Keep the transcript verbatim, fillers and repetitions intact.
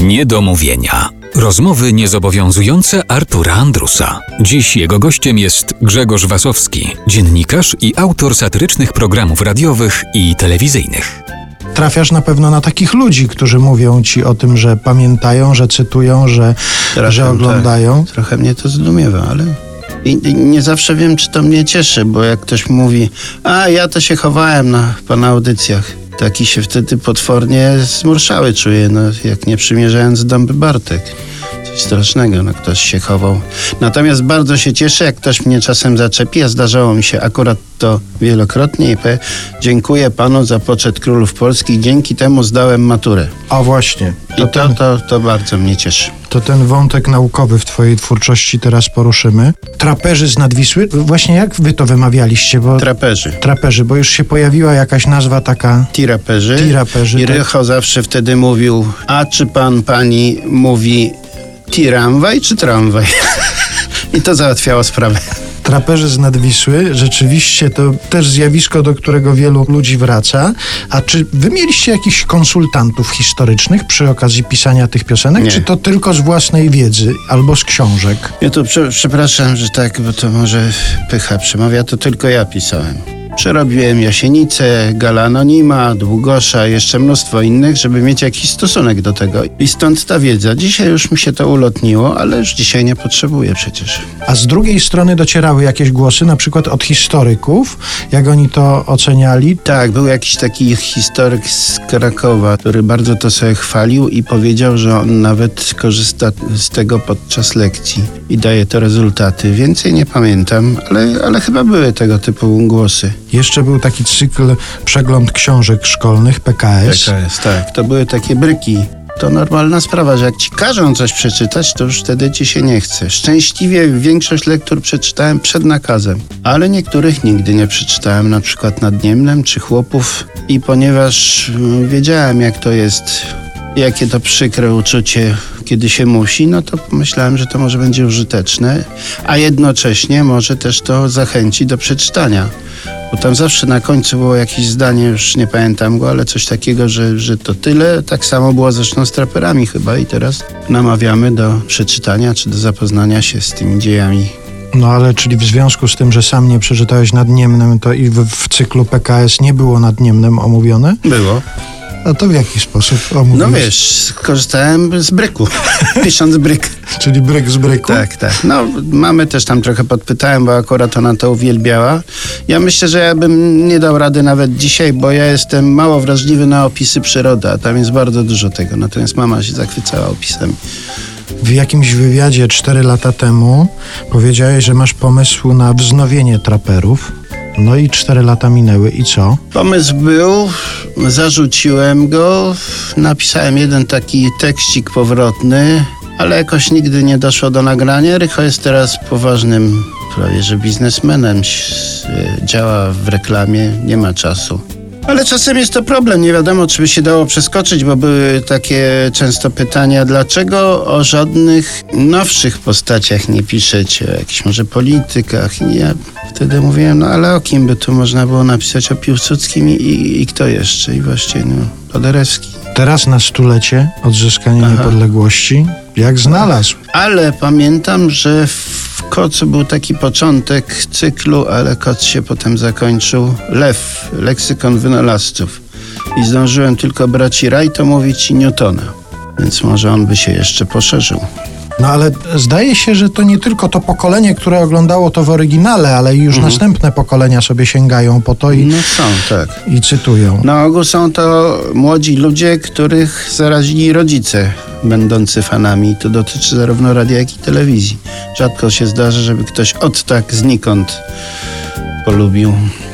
Niedomówienia. Rozmowy niezobowiązujące Artura Andrusa. Dziś jego gościem jest Grzegorz Wasowski, dziennikarz i autor satyrycznych programów radiowych i telewizyjnych. Trafiasz na pewno na takich ludzi, którzy mówią ci o tym, że pamiętają, że cytują, że, że oglądają. Tak, trochę mnie to zdumiewa, ale I, i nie zawsze wiem, czy to mnie cieszy, bo jak ktoś mówi, a ja to się chowałem na pana audycjach, taki się wtedy potwornie zmurszały czuję, no, jak nie przymierzając Dąby Bartek. Coś strasznego, no ktoś się chował. Natomiast bardzo się cieszę, jak ktoś mnie czasem zaczepi, a zdarzało mi się akurat to wielokrotnie i powie, dziękuję panu za poczet królów polskich, dzięki temu zdałem maturę. A właśnie. To I to, ten, to, to bardzo mnie cieszy. To ten wątek naukowy w twojej twórczości teraz poruszymy. Traperzy z Nadwisły, właśnie jak wy to wymawialiście? Bo... Traperzy. Traperzy, bo już się pojawiła jakaś nazwa taka... Tiraperzy. Tiraperzy. I tak. Rycho zawsze wtedy mówił, a czy pan, pani mówi tiramwaj czy tramwaj? I to załatwiało sprawę. Traperzy z Nadwisły, rzeczywiście to też zjawisko, do którego wielu ludzi wraca. A czy wy mieliście jakichś konsultantów historycznych przy okazji pisania tych piosenek? Nie. Czy to tylko z własnej wiedzy albo z książek? Ja tu prze, przepraszam, że tak, bo to może pycha przemawia, to tylko ja pisałem. Przerobiłem Jasienicę, Gala Anonima, Długosza, jeszcze mnóstwo innych, żeby mieć jakiś stosunek do tego. I stąd ta wiedza. Dzisiaj już mi się to ulotniło, ale już dzisiaj nie potrzebuję przecież. A z drugiej strony docierały jakieś głosy, na przykład od historyków, jak oni to oceniali? Tak, był jakiś taki historyk z Krakowa, który bardzo to sobie chwalił i powiedział, że on nawet korzysta z tego podczas lekcji i daje to rezultaty. Więcej nie pamiętam, ale, ale chyba były tego typu głosy. Jeszcze był taki cykl Przegląd Książek Szkolnych, P K S. P K S, tak. To były takie bryki. To normalna sprawa, że jak ci każą coś przeczytać, to już wtedy ci się nie chce. Szczęśliwie większość lektur przeczytałem przed nakazem, ale niektórych nigdy nie przeczytałem, na przykład Nadniemnem czy Chłopów. I ponieważ wiedziałem, jak to jest, jakie to przykre uczucie, kiedy się musi, no to pomyślałem, że to może będzie użyteczne, a jednocześnie może też to zachęci do przeczytania. Bo tam zawsze na końcu było jakieś zdanie, już nie pamiętam go, ale coś takiego, że, że to tyle. Tak samo było zresztą z traperami chyba i teraz namawiamy do przeczytania czy do zapoznania się z tymi dziejami. No ale czyli w związku z tym, że sam nie przeczytałeś Nadniemnem, to i w, w cyklu P K S nie było Nadniemnem omówione? Było. A to w jaki sposób omówiłeś? No wiesz, skorzystałem z bryku, pisząc bryk. Czyli bryk z bryku? Tak, tak. No mamy też tam trochę podpytałem, bo akurat ona to uwielbiała. Ja myślę, że ja bym nie dał rady nawet dzisiaj, bo ja jestem mało wrażliwy na opisy przyrody, a tam jest bardzo dużo tego. Natomiast mama się zachwycała opisami. W jakimś wywiadzie cztery lata temu powiedziałeś, że masz pomysł na wznowienie traperów. No i cztery lata minęły i co? Pomysł był, zarzuciłem go, napisałem jeden taki tekścik powrotny, ale jakoś nigdy nie doszło do nagrania. Rycho jest teraz poważnym, prawie że biznesmenem, działa w reklamie, nie ma czasu. Ale czasem jest to problem, nie wiadomo, czy by się dało przeskoczyć, bo były takie często pytania, dlaczego o żadnych nowszych postaciach nie piszecie, o jakichś może politykach. I ja wtedy mówiłem, no ale o kim by tu można było napisać? O Piłsudskim i, i, i kto jeszcze? I właśnie, no, Paderewski. Teraz na stulecie odzyskania Aha. niepodległości, jak znalazł. Ale pamiętam, że w Kocu był taki początek cyklu, ale Koc się potem zakończył. Lew, leksykon wynalazców. I zdążyłem tylko braci Wright omówić i Newtona. Więc może on by się jeszcze poszerzył. No ale zdaje się, że to nie tylko to pokolenie, które oglądało to w oryginale, ale już mhm. następne pokolenia sobie sięgają po to i, no są, tak. i cytują. Na ogół są to młodzi ludzie, których zarazili rodzice, będący fanami. To dotyczy zarówno radia, jak i telewizji. Rzadko się zdarza, żeby ktoś od tak znikąd polubił